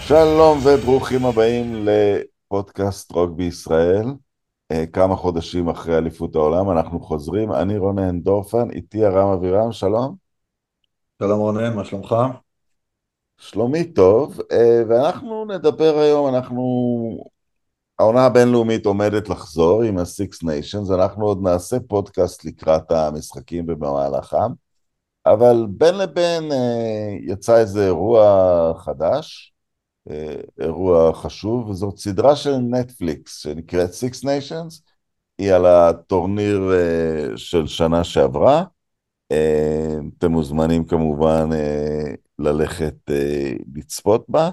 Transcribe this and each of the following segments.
שלום וברוכים הבאים לפודקאסט רוק בישראל. כמה חודשים אחרי אליפות העולם אנחנו חוזרים. אני רונן דורפן, איתי ארם אבירם, שלום. שלום רונן, מה שלומך? שלומי טוב, ואנחנו נדבר היום, העונה הבינלאומית עומדת לחזור עם ה-Six Nations, אנחנו עוד נעשה פודקאסט לקראת המשחקים ובמהלכם, אבל בין לבין יצא איזה אירוע חדש, אירוע חשוב, וזאת סדרה של נטפליקס שנקראת Six Nations, היא על הטורניר של שנה שעברה. אתם מוזמנים כמובן ללכת לצפות בה.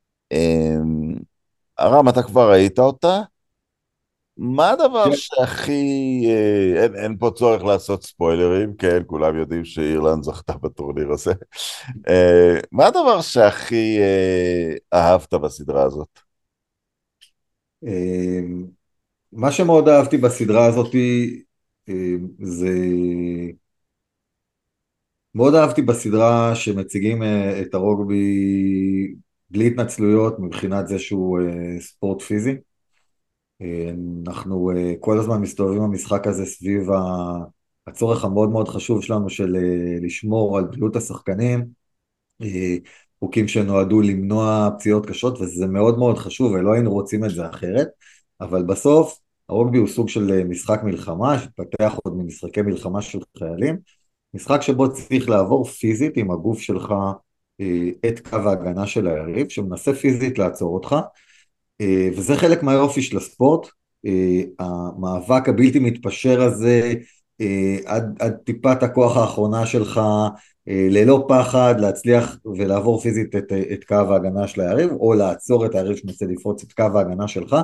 ארם, אתה כבר ראית אותה? מה הדבר כן. שהכי... אין פה צורך לעשות ספוילרים, כן, כולם יודעים שאירלנד זכתה בטורניר הזה. מה הדבר שהכי אהבת בסדרה הזאת? מה שמאוד אהבתי בסדרה הזאת זה מאוד אהבתי בסדרה שמציגים את הרוגבי בלי התנצלויות מבחינת זה שהוא ספורט פיזי. אנחנו כל הזמן מסתובבים במשחק הזה סביב הצורך המאוד מאוד חשוב שלנו של לשמור על בריאות השחקנים, אה, חוקים שנועדו למנוע פציעות קשות, וזה מאוד מאוד חשוב, ולא היינו רוצים את זה אחרת, אבל בסוף הרוגבי הוא סוג של משחק מלחמה, שהתפתח עוד ממשחקי מלחמה של חיילים, משחק שבו צריך לעבור פיזית עם הגוף שלך את קו ההגנה של היריב, שמנסה פיזית לעצור אותך, וזה חלק מהיופי של הספורט, המאבק הבלתי מתפשר הזה, עד טיפת הכוח האחרונה שלך, ללא פחד להצליח ולעבור פיזית את קו ההגנה של היריב, או לעצור את היריב שמנסה לפרוץ את קו ההגנה שלך,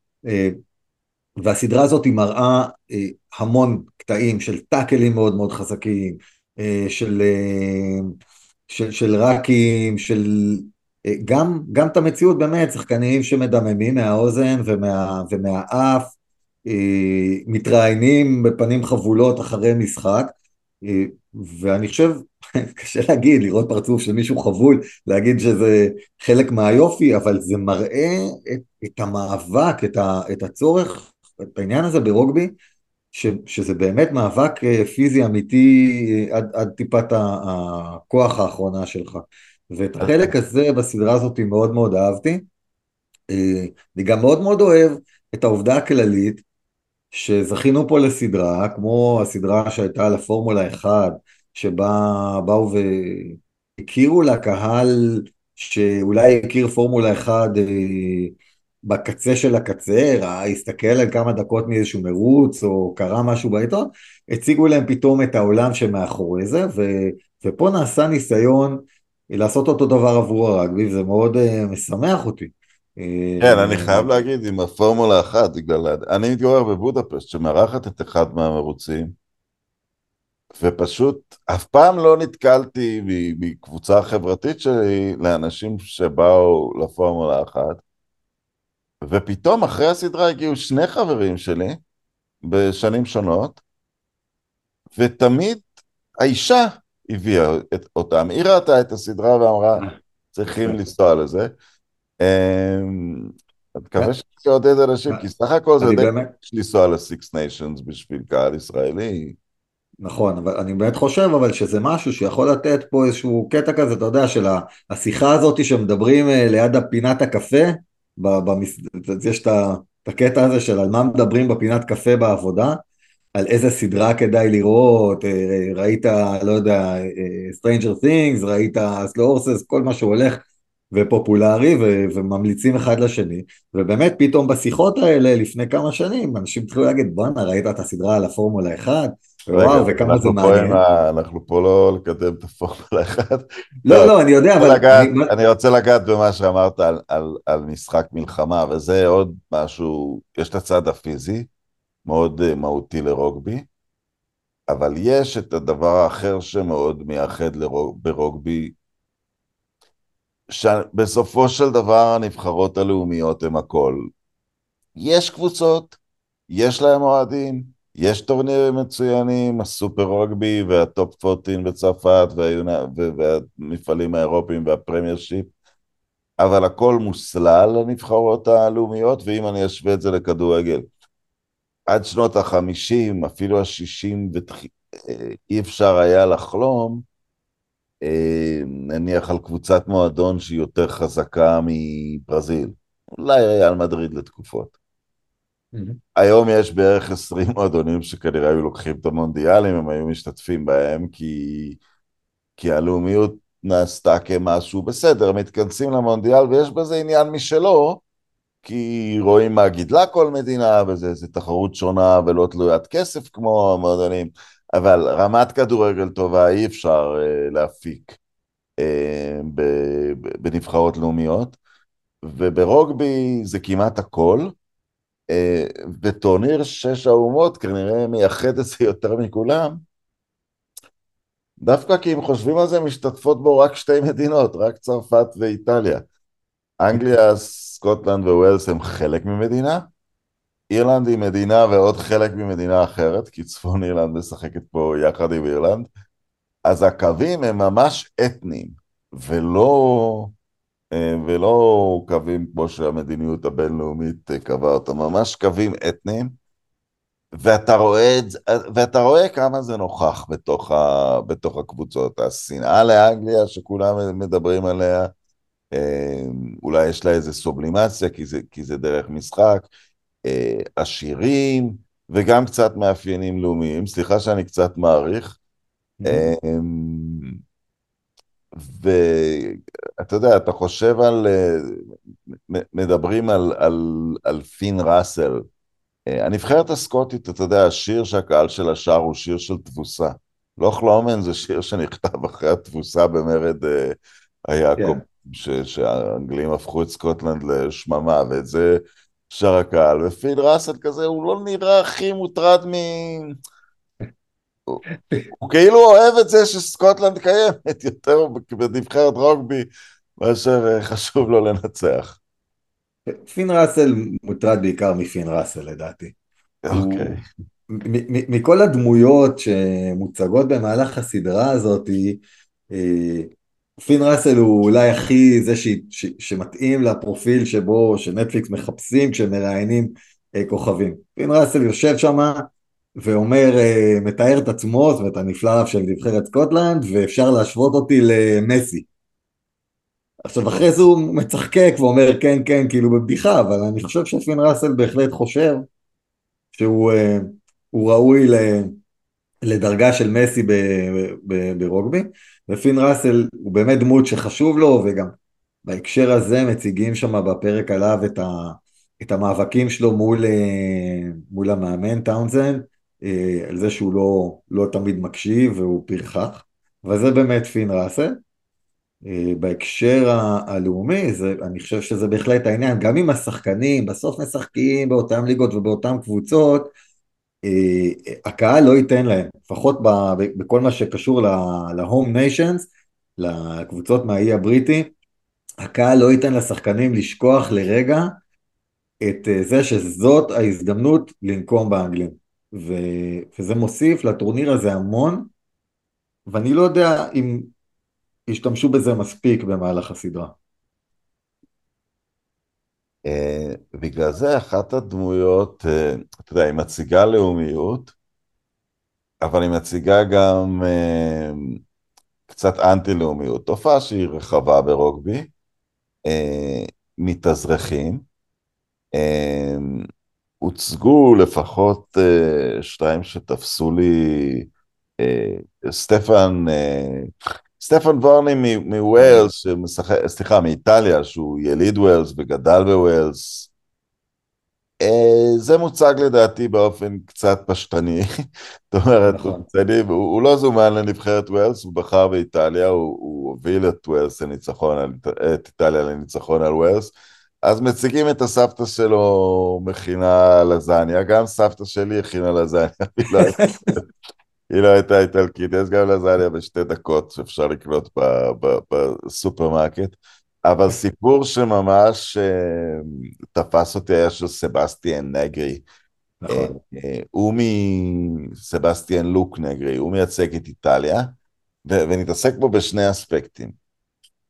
והסדרה הזאת היא מראה המון קטעים של טאקלים מאוד מאוד חזקים, של, של ראקים, גם את המציאות באמת, שחקנים שמדממים מהאוזן ומהאף, מתראיינים בפנים חבולות אחרי משחק, ואני חושב, קשה להגיד, לראות פרצוף של מישהו חבול, להגיד שזה חלק מהיופי, אבל זה מראה את המאבק, את הצורך, את העניין הזה ברוגבי, שזה באמת מאבק פיזי אמיתי עד טיפת הכוח האחרונה שלך. ואת החלק הזה בסדרה הזאת מאוד מאוד אהבתי. אני גם מאוד מאוד אוהב את העובדה הכללית שזכינו פה לסדרה, כמו הסדרה שהייתה על הפורמולה 1, שבה באו והכירו לקהל שאולי הכיר פורמולה 1 בקצה של הקצה, הסתכל על כמה דקות מאיזשהו מרוץ או קרה משהו בעיתון, הציגו להם פתאום את העולם שמאחורי זה, ופה נעשה ניסיון לעשות אותו דבר עבור הרגבי, וזה מאוד משמח אותי. כן, אני חייב להגיד, עם הפורמולה אחת, אני מתגורר בבודפשט, שמארחת את אחד מהמרוצים, ופשוט אף פעם לא נתקלתי מקבוצה חברתית שלי לאנשים שבאו לפורמולה אחת, ופתאום אחרי הסדרה הגיעו שני חברים שלי, בשנים שונות, ותמיד האישה הביאה אותם. היא ראתה את הסדרה ואמרה, צריכים לנסוע לזה. אני מקווה שאני אעודד אנשים, כי סך הכל זה אני די באמת, קשה לנסוע ל-Six Nations בשביל קהל ישראלי. נכון, אבל אני באמת חושב אבל שזה משהו שיכול לתת פה איזשהו קטע כזה, אתה יודע, של השיחה הזאת שמדברים ליד פינת הקפה, יש את הקטע הזה של על מה מדברים בפינת קפה בעבודה, על איזה סדרה כדאי לראות, ראית, לא יודע, Stranger Things, ראית Slow Horses, כל מה שהולך ופופולרי וממליצים אחד לשני, ובאמת פתאום בשיחות האלה לפני כמה שנים, אנשים התחילו להגיד, בואנה, ראית את הסדרה על הפורמולה 1? רגע, וואו, וכמה זה מעניין. אנחנו פה לא לקדם את הפורמולה אחד. לא, לא, לא, אני יודע, אבל אני רוצה לגעת במה שאמרת על משחק מלחמה, וזה עוד משהו, יש את הצד הפיזי, מאוד מהותי לרוגבי, אבל יש את הדבר האחר שמאוד מייחד ברוגבי, שבסופו של דבר הנבחרות הלאומיות הם הכל. יש קבוצות, יש להם אוהדים, יש טורנירים מצוינים, הסופר רוגבי והטופ 14 בצרפת והמפעלים האירופיים והפרמייר שיפ, אבל הכל מוסלל לנבחרות הלאומיות, ואם אני אשווה את זה לכדורגל, עד שנות ה-50, אפילו ה-60, אי אפשר היה לחלום, נניח על קבוצת מועדון שהיא יותר חזקה מברזיל. אולי ריאל מדריד לתקופות. Mhm. היום יש בערך 20 מועדונים שכנראה היו לוקחים את המונדיאלים, הם היו משתתפים בהם, כי הלאומיות נעשתה כמשהו בסדר, מתכנסים למונדיאל ויש בזה עניין משלו, כי רואים מה גידלה כל מדינה, וזה תחרות שונה ולא תלוית כסף כמו המועדונים, אבל רמת כדורגל טובה אי אפשר להפיק בנבחרות לאומיות, וברוגבי זה כמעט הכל, וטורניר שש האומות כנראה מייחד את זה יותר מכולם, דווקא כי אם חושבים על זה משתתפות בו רק שתי מדינות, רק צרפת ואיטליה. אנגליה, סקוטלנד וווילס הם חלק ממדינה, אירלנד היא מדינה ועוד חלק ממדינה אחרת, כי צפון אירלנד משחקת פה יחד עם אירלנד, אז הקווים הם ממש אתניים, ולא, ולא קווים כמו שהמדיניות הבינלאומית קבעה אותם, ממש קווים אתניים, ואתה רואה כמה זה נוכח בתוך הקבוצות. השנאה לאנגליה שכולם מדברים עליה, אולי יש לה איזה סובלימציה, כי זה דרך משחק, עשירים, וגם קצת מאפיינים לאומיים. סליחה שאני קצת מעריך. Mhm. ואתה יודע, אתה חושב מדברים על פין ראסל, הנבחרת הסקוטית, אתה יודע, השיר שהקהל שלה שר הוא שיר של תבוסה. לוך לומן זה שיר שנכתב אחרי התבוסה במרד היעקב, כן. שהאנגלים הפכו את סקוטלנד לשממה, ואת זה שר הקהל. ופין ראסל כזה, הוא לא נראה הכי מוטרד הוא, הוא כאילו אוהב את זה שסקוטלנד קיימת יותר בנבחרת רוגבי, מאשר חשוב לו לנצח. פין ראסל מוטרד בעיקר מפין ראסל לדעתי. אוקיי. הוא, מכל הדמויות שמוצגות במהלך הסדרה הזאת, אה, פין ראסל הוא אולי הכי זה שמתאים לפרופיל שנטפליקס מחפשים כשמראיינים כוכבים. פין ראסל יושב שם ואומר, מתאר את עצמו, זאת אומרת הנפלא של נבחרת סקוטלנד, ואפשר להשוות אותי למסי. עכשיו אחרי זה הוא מצחקק ואומר כן כן כאילו בבדיחה, אבל אני חושב שפין ראסל בהחלט חושב שהוא הוא ראוי לדרגה של מסי ברוגבי, ופין ראסל הוא באמת דמות שחשוב לו, וגם בהקשר הזה מציגים שם בפרק עליו את המאבקים שלו מול המאמן טאונזנד, על זה שהוא לא תמיד מקשיב והוא פרחח, וזה באמת פין ראסל. בהקשר הלאומי, אני חושב שזה בהחלט העניין, גם אם השחקנים בסוף משחקים באותן ליגות ובאותן קבוצות, הקהל לא ייתן להם, לפחות בכל מה שקשור להום ניישנס, לקבוצות מהאי הבריטי, הקהל לא ייתן לשחקנים לשכוח לרגע את זה שזאת ההזדמנות לנקום באנגלים, וזה מוסיף לטורניר הזה המון, ואני לא יודע אם השתמשו בזה מספיק במהלך הסדרה. בגלל זה אחת הדמויות, אתה יודע, היא מציגה לאומיות, אבל היא מציגה גם קצת אנטי-לאומיות, תופעה שהיא רחבה ברוגבי, מתאזרחים, אה, הוצגו לפחות שתיים שתפסו לי, סטפן, סטפן וורני מווילס, סליחה, מאיטליה, שהוא יליד ווילס וגדל בווילס, זה מוצג לדעתי באופן קצת פשטני, זאת אומרת, נכון. הוא לא זומן לנבחרת ווילס, הוא בחר באיטליה, הוא הוביל את ווילס לניצחון, את איטליה לניצחון על ווילס, אז מציגים את הסבתא שלו מכינה לזניה, גם סבתא שלי הכינה לזניה, היא לא הייתה איטלקית, יש גם לזניה בשתי דקות שאפשר לקנות בסופרמרקט, אבל סיפור שממש תפס אותי היה של סבסטיאן נגרי, נכון. הוא סבסטיאן לוק נגרי, הוא מייצג את איטליה, ונתעסק בו בשני אספקטים.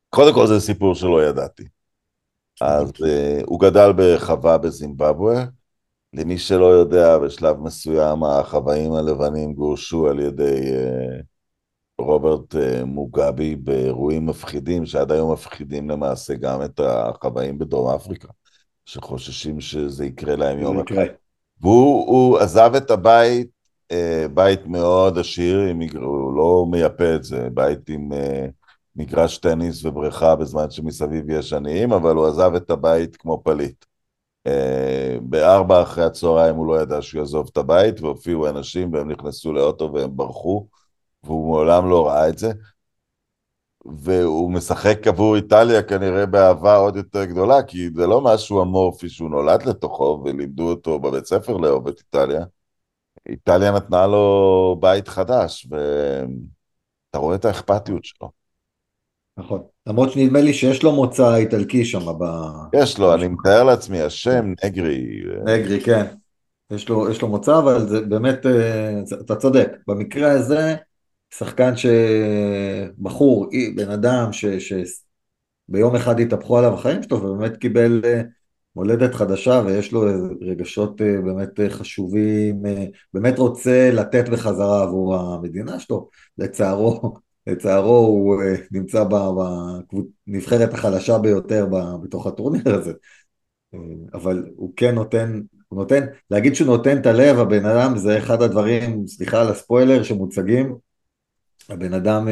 קודם כל זה סיפור שלא ידעתי. אז הוא גדל בחווה בזימבבואה. למי שלא יודע, בשלב מסוים החוואים הלבנים גורשו על ידי רוברט מוגאבי באירועים מפחידים, שעד היום מפחידים למעשה גם את החוואים בדרום אפריקה, שחוששים שזה יקרה להם זה יום אחד. יקרה. והוא עזב את הבית, בית מאוד עשיר, הוא לא מייפה את זה, בית עם מגרש טניס ובריכה בזמן שמסביב יש עניים, אבל הוא עזב את הבית כמו פליט. בארבע אחרי הצהריים הוא לא ידע שהוא יעזוב את הבית, והופיעו אנשים והם נכנסו לאוטו והם ברחו, והוא מעולם לא ראה את זה. והוא משחק עבור איטליה כנראה באהבה עוד יותר גדולה, כי זה לא משהו אמורפי שהוא נולד לתוכו, ולימדו אותו בבית ספר לאהוב את איטליה. איטליה נתנה לו בית חדש, ואתה רואה את האכפתיות שלו. נכון. למרות שנדמה לי שיש לו מוצא איטלקי שם יש לו, אני במשפחה. מתאר לעצמי, השם נגרי. נגרי, כן. יש לו מוצא, אבל זה באמת, אתה צודק. במקרה הזה, שחקן שבחור, בן אדם שביום אחד התהפכו עליו החיים שלו, ובאמת קיבל מולדת חדשה, ויש לו רגשות באמת חשובים, באמת רוצה לתת בחזרה עבור המדינה שלו. לצערו הוא נמצא בנבחרת החלשה ביותר בתוך הטורניר הזה. אבל הוא כן נותן, להגיד שהוא נותן את הלב, הבן אדם, זה אחד הדברים, סליחה על הספוילר, שמוצגים. הבן אדם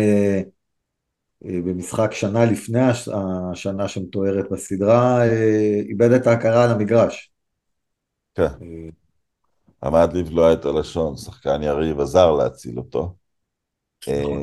במשחק שנה לפני השנה שמתוארת בסדרה, איבד את ההכרה על המגרש. כן, עמד לבלוע את הלשון, שחקן יריב עזר להציל אותו. נכון.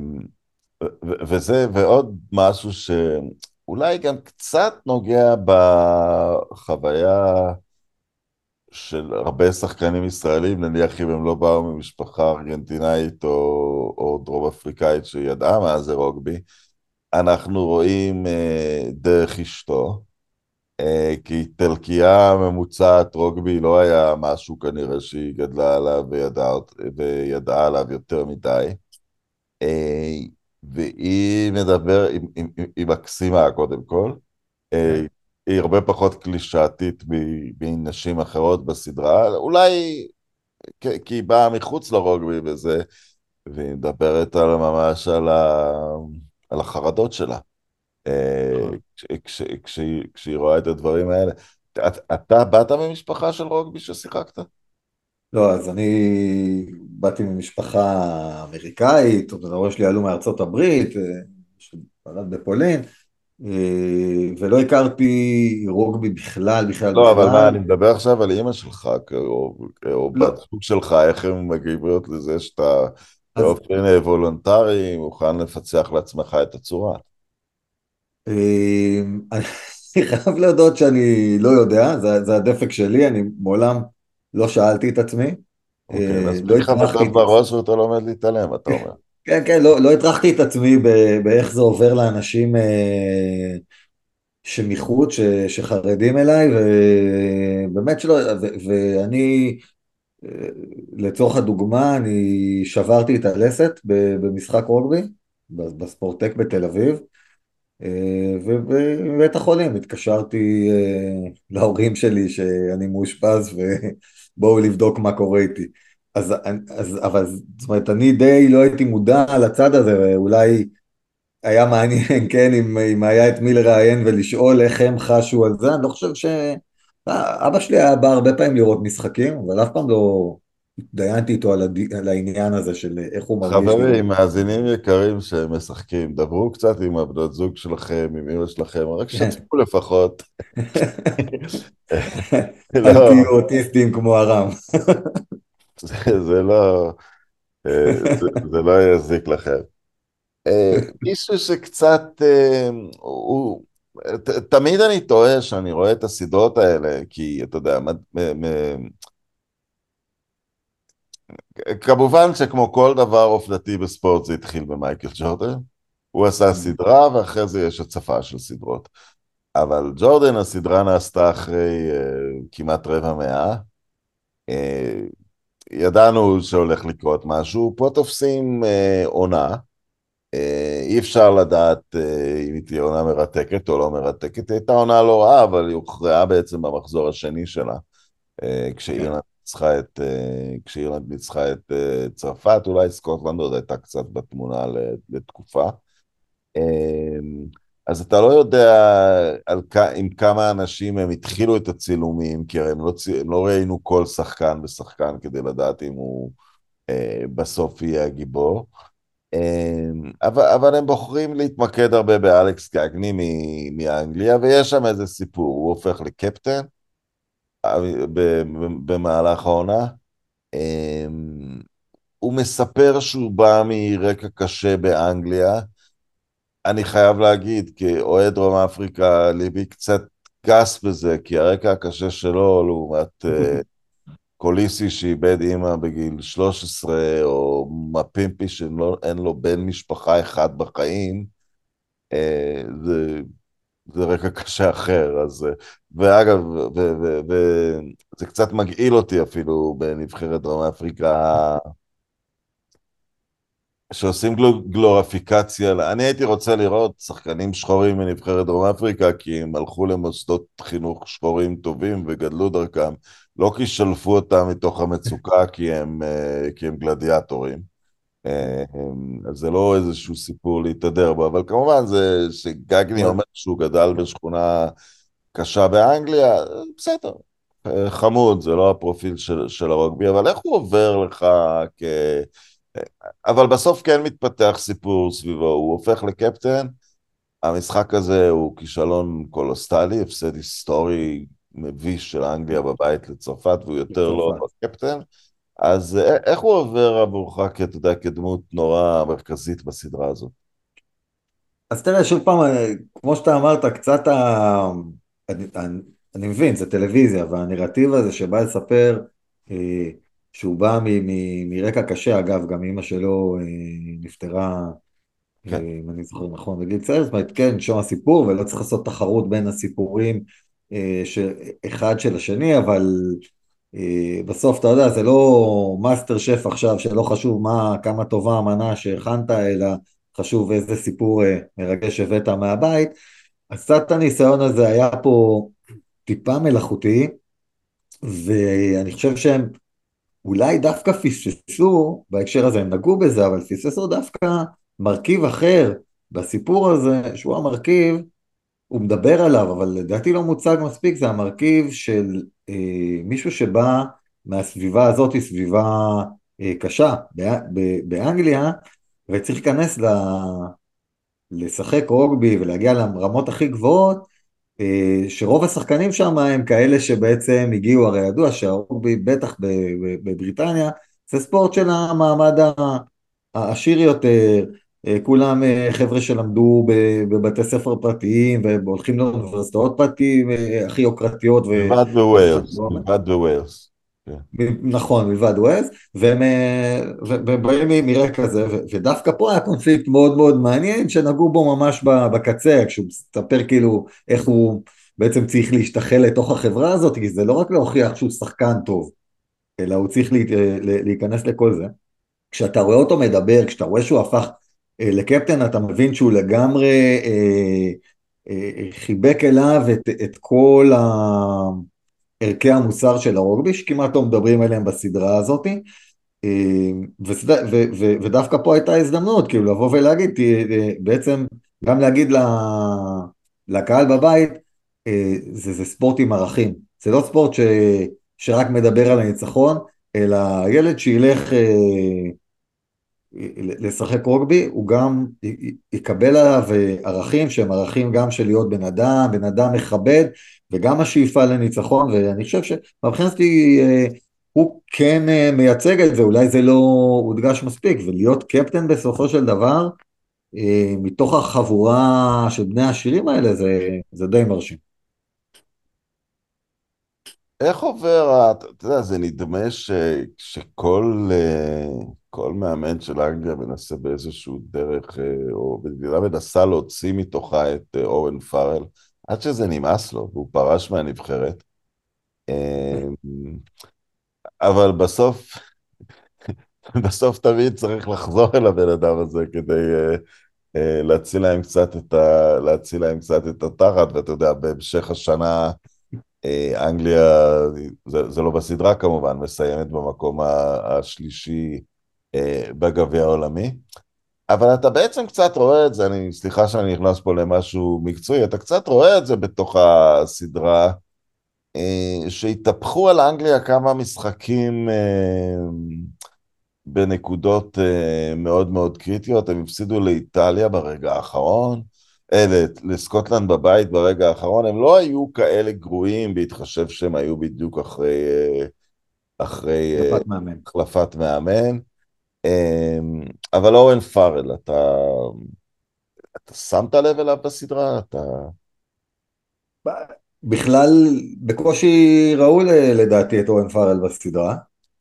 וזה, ועוד משהו שאולי גם קצת נוגע בחוויה של הרבה שחקנים ישראלים, נניח אם הם לא באו ממשפחה ארגנטינאית או דרום אפריקאית שידעה מה זה רוגבי, אנחנו רואים דרך אשתו, כי איטלקייה ממוצעת רוגבי לא היה משהו כנראה שהיא גדלה עליו וידעה עליו יותר מדי. אה, והיא מדבר, היא מקסימה קודם כל, כן. היא הרבה פחות קלישאתית מנשים אחרות בסדרה, אולי כי היא באה מחוץ לרוגבי וזה, והיא מדברת ממש על החרדות שלה, נכון. כשהיא רואה את הדברים האלה. אתה באת ממשפחה של רוגבי ששיחקת? לא, אז אני באתי ממשפחה אמריקאית, ההורים שלי עלו מארצות הברית, שנולד בפולין, ולא הכרתי רוגבי בכלל, בכלל, לא, אבל מה, בכלל. אני מדבר עכשיו על אימא שלך, או בת לא, זוג שלך, איך הן מגיבות לזה שאתה אז באופן וולונטרי מוכן לפצח לעצמך את הצורה. אני חייב להודות שאני לא יודע, זה הדפק שלי, אני מעולם לא שאלתי את עצמי, אוקיי, לא מספיק לך הטרחתי וטוב את עצמי, בראש ואתה לומד להתעלם, אתה אומר. כן, כן, לא הטרחתי את עצמי באיך זה עובר לאנשים שמחוץ, שחרדים אליי, ובאמת שלא, ואני, אה, לצורך הדוגמה, אני שברתי את הלסת במשחק רוגבי, בספורטק בתל אביב, ובבית החולים התקשרתי להורים שלי שאני מאושפז ובואו לבדוק מה קורה איתי. אבל זאת אומרת, אני די לא הייתי מודע לצד הזה, ואולי היה מעניין, כן, אם היה את מי לראיין ולשאול איך הם חשו על זה. אני לא חושב אבא שלי היה בא הרבה פעמים לראות משחקים, אבל אף פעם לא התדיינתי איתו על העניין הזה של איך הוא מרגיש לראות. חברים, מאזינים יקרים שמשחקים, דברו קצת עם הבנות זוג שלכם, עם אמא שלכם, רק שתפו לפחות. אל לא, תהיו אוטיסטים כמו הרם. זה לא, זה לא יזיק לכם. מישהו שקצת, תמיד אני טועה שאני רואה את הסדרות האלה, כי אתה יודע, כמובן שכמו כל דבר אופנתי בספורט זה התחיל במייקל ג'ורדן, הוא עשה סדרה ואחרי זה יש הצפה של סדרות. אבל ג'ורדן, הסדרה נעשתה אחרי כמעט רבע מאה, ידענו שהולך לקרות משהו, פה תופסים עונה, אי אפשר לדעת אם היא תהיה עונה מרתקת או לא מרתקת. היא הייתה עונה לא רעה, אבל היא הוכרעה בעצם במחזור השני שלה, כן. כשאירלנד ניצחה את צרפת. אולי סקוטלנד עוד הייתה קצת בתמונה לתקופה. אז אתה לא יודע עם כמה אנשים הם התחילו את הצילומים, כי הרי הם לא ראינו כל שחקן ושחקן כדי לדעת אם הוא בסוף יהיה הגיבור. אבל הם בוחרים להתמקד הרבה באלכס גגני מאנגליה, ויש שם איזה סיפור, הוא הופך לקפטן במהלך העונה. הוא מספר שהוא בא מרקע קשה באנגליה. אני חייב להגיד, כאוהד דרום אפריקה, ליבי קצת גס בזה, כי הרקע הקשה שלו, לעומת קוליסי שאיבד אימא בגיל 13, או מפימפי שאין לו בן משפחה אחד בחיים, זה רקע קשה אחר. ואגב, זה קצת מגעיל אותי אפילו בנבחרת דרום אפריקה, שעושים גלוריפיקציה. אני הייתי רוצה לראות שחקנים שחורים מנבחרת דרום אפריקה, כי הם הלכו למוסדות חינוך שחורים טובים וגדלו דרכם, לא כי שלפו אותם מתוך המצוקה, כי הם גלדיאטורים. אז זה לא איזשהו סיפור להתהדר בו, אבל כמובן זה שגגני אומר שהוא גדל בשכונה קשה באנגליה, בסדר, חמוד, זה לא הפרופיל של הרוגבי, אבל איך הוא עובר לך כ... אבל בסוף כן מתפתח סיפור סביבו, הוא הופך לקפטן. המשחק הזה הוא כישלון קולוסטלי, הפסד היסטורי מביש של אנגליה בבית לצרפת, והוא יותר לא בצרפת. קפטן. אז איך הוא עובר עבורך, אתה יודע, כדמות נורא מרכזית בסדרה הזאת? אז תראה, שוב פעם, כמו שאתה אמרת, קצת אני מבין, זה טלוויזיה, והנרטיב הזה שבא לספר אה, שהוא בא מרקע קשה, אגב, גם אימא שלו נפטרה, כן. אם אני זוכר נכון, בגיל צעיר, זאת אומרת, כן, שם הסיפור, ולא צריך לעשות תחרות בין הסיפורים אחד של השני, אבל בסוף, אתה יודע, זה לא מאסטר שף עכשיו, שלא חשוב כמה טובה המנה שהכנת, אלא חשוב איזה סיפור מרגש הבאת מהבית. אז קצת הניסיון הזה היה פה טיפה מלאכותי, ואני חושב שהם אולי דווקא פספסו, בהקשר הזה הם נגעו בזה, אבל פספסו דווקא מרכיב אחר בסיפור הזה, שהוא המרכיב, הוא מדבר עליו, אבל לדעתי לא מוצג מספיק, זה המרכיב של מישהו שבא מהסביבה הזאת, היא סביבה קשה באנגליה, וצריך להיכנס לשחק רוגבי ולהגיע לרמות הכי גבוהות, שרוב השחקנים שם הם כאלה שבעצם הגיעו, הרי ידוע שהרוגבי בטח בבריטניה, זה ספורט של המעמד העשיר יותר, כולם חבר'ה שלמדו בבתי ספר פרטיים והולכים לאוניברסיטאות פרטיים הכי יוקרתיות מלבד בווילס, מלבד בווילס. כן. נכון, מלבד ווילס, והם באים מרקע כזה, ודווקא פה היה קונפליקט מאוד מאוד מעניין, שנגעו בו ממש בקצה, כשהוא מספר כאילו איך הוא בעצם צריך להשתחל לתוך החברה הזאת, כי זה לא רק להוכיח שהוא שחקן טוב, אלא הוא צריך להיכנס לכל זה. כשאתה רואה אותו מדבר, כשאתה רואה שהוא הפך לקפטן, אתה מבין שהוא לגמרי חיבק אליו את כל ערכי המוסר של הרוגבי, שכמעט לא מדברים עליהם בסדרה הזאת, ודווקא פה הייתה הזדמנות, כאילו לבוא ולהגיד, בעצם גם להגיד לקהל בבית, זה ספורט עם ערכים, זה לא ספורט שרק מדבר על הניצחון, אלא ילד שילך לשחק רוגבי, הוא גם יקבל עליו ערכים שהם ערכים גם של להיות בן אדם מכבד, וגם השאיפה לניצחון, ואני חושב שמבחינתי הוא כן מייצג את זה, אולי זה לא הודגש מספיק, ולהיות קפטן בסופו של דבר, מתוך החבורה של בני השירים האלה, זה די מרשים. איך עובר, אתה יודע, זה נדמה שכל כל מאמן של אנגליה מנסה באיזשהו דרך, או מדינה מנסה להוציא מתוכה את אורן פארל, עד שזה נמאס לו, והוא פרש מהנבחרת. אבל בסוף תמיד צריך לחזור אל הבן אדם הזה להציל להם קצת את התחת, ואתה יודע, בהמשך השנה אנגליה, זה לא בסדרה כמובן, מסיימת במקום השלישי בגביע העולמי. אבל אתה בעצם קצת רואה את זה, סליחה שאני נכנס פה למשהו מקצועי, אתה קצת רואה את זה בתוך הסדרה, שהתהפכו על אנגליה כמה משחקים בנקודות מאוד מאוד קריטיות. הם הפסידו לאיטליה ברגע האחרון, לסקוטלנד בבית ברגע האחרון. הם לא היו כאלה גרועים בהתחשב שהם היו בדיוק אחרי החלפת מאמן. החלפת מאמן. אבל אורן פארל, אתה שמת לב אליו בסדרה? בכלל, בקושי ראו לדעתי את אורן פארל בסדרה.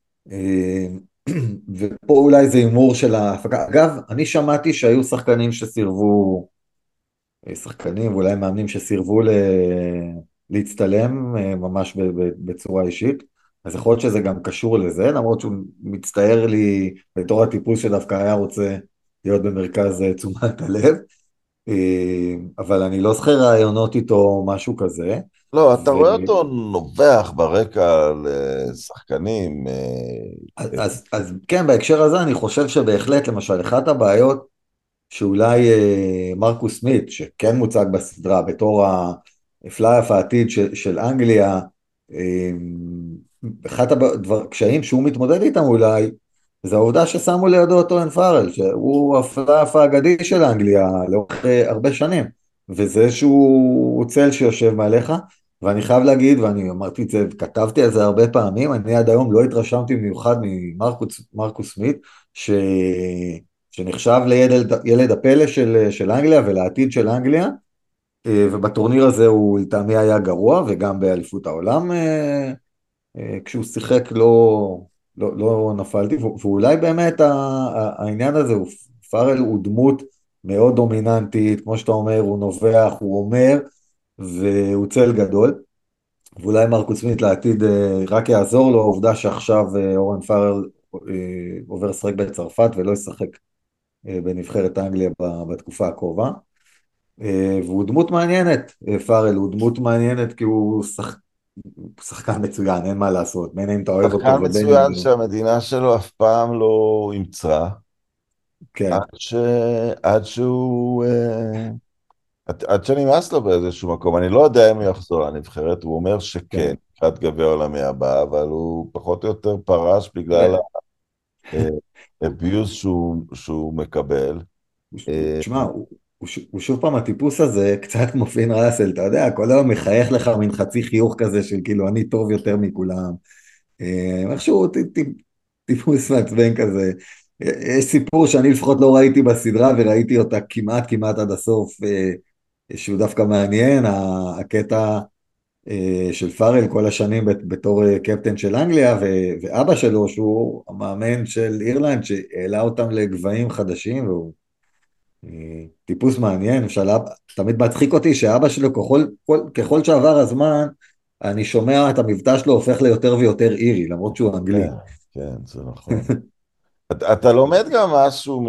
ופה אולי זה הימור של ההפקה. אגב, אני שמעתי שהיו שחקנים שסירבו, שחקנים ואולי מאמנים שסירבו להצטלם ממש בצורה אישית, אז יכול להיות שזה גם קשור לזה, למרות שהוא מצטער לי בתור הטיפוס שדווקא היה רוצה להיות במרכז תשומת הלב, אבל אני לא זוכר רעיונות איתו משהו כזה. לא, אתה רואה אותו נובח ברקע לשחקנים. אז כן, בהקשר הזה אני חושב שבהחלט, למשל, אחת הבעיות שאולי מרקוס סמית, שכן מוצג בסדרה בתור הפלייאוף העתיד של אנגליה, אחד הקשיים שהוא מתמודד איתם אולי, זה העובדה ששמו לידו את אורן פארל, שהוא הפלייאוף האגדי של אנגליה לאורך הרבה שנים, וזה שהוא צל שיושב מעליך, ואני חייב להגיד, ואני אמרתי את זה, כתבתי על זה הרבה פעמים, אני עד היום לא התרשמתי במיוחד ממרקוס סמית, שנחשב לילד הפלא של אנגליה ולעתיד של אנגליה, ובטורניר הזה הוא לטעמי היה גרוע, וגם באליפות העולם, כשהוא שיחק לא נפלתי, ואולי באמת העניין הזה, פארל הוא דמות מאוד דומיננטית, כמו שאתה אומר, הוא נובח, הוא אומר, והוא צל גדול, ואולי מרקוס סמית לעתיד רק יעזור לו, העובדה שעכשיו אורן פארל עובר לשחק בצרפת ולא ישחק בנבחרת אנגליה בתקופה הקרובה, והוא דמות מעניינת, פארל הוא דמות מעניינת כי הוא שחקן מצוין, אין מה לעשות, בין אם אתה אוהב אותו שחקן ובין אם מצוין לא. שהמדינה שלו אף פעם לא אימצה, כן, עד ש... עד שהוא... עד שנמאס לו באיזשהו מקום. אני לא יודע אם הוא יחזור לנבחרת, הוא אומר שכן, כן. לקראת גביע העולמי הבא, אבל הוא פחות או יותר פרש בגלל האביוז שהוא מקבל. תשמע, הוא שוב פעם הטיפוס הזה, קצת כמו פין ראסל, אתה יודע, כל היום מחייך לך מין חצי חיוך כזה של כאילו אני טוב יותר מכולם. איכשהו טיפוס מעצבן כזה. יש סיפור שאני לפחות לא ראיתי בסדרה וראיתי אותה כמעט עד הסוף, שהוא דווקא מעניין, הקטע של פארל כל השנים בתור קפטן של אנגליה, ואבא שלו שהוא המאמן של אירלנד שהעלה אותם לגבהים חדשים, והוא טיפוס מעניין. תמיד מצחיק אותי שאבא שלו ככל שעבר הזמן אני שומע את המבטא שלו הופך ליותר ויותר אירי למרות שהוא כן, אנגלי. כן, זה נכון. אתה לומד גם משהו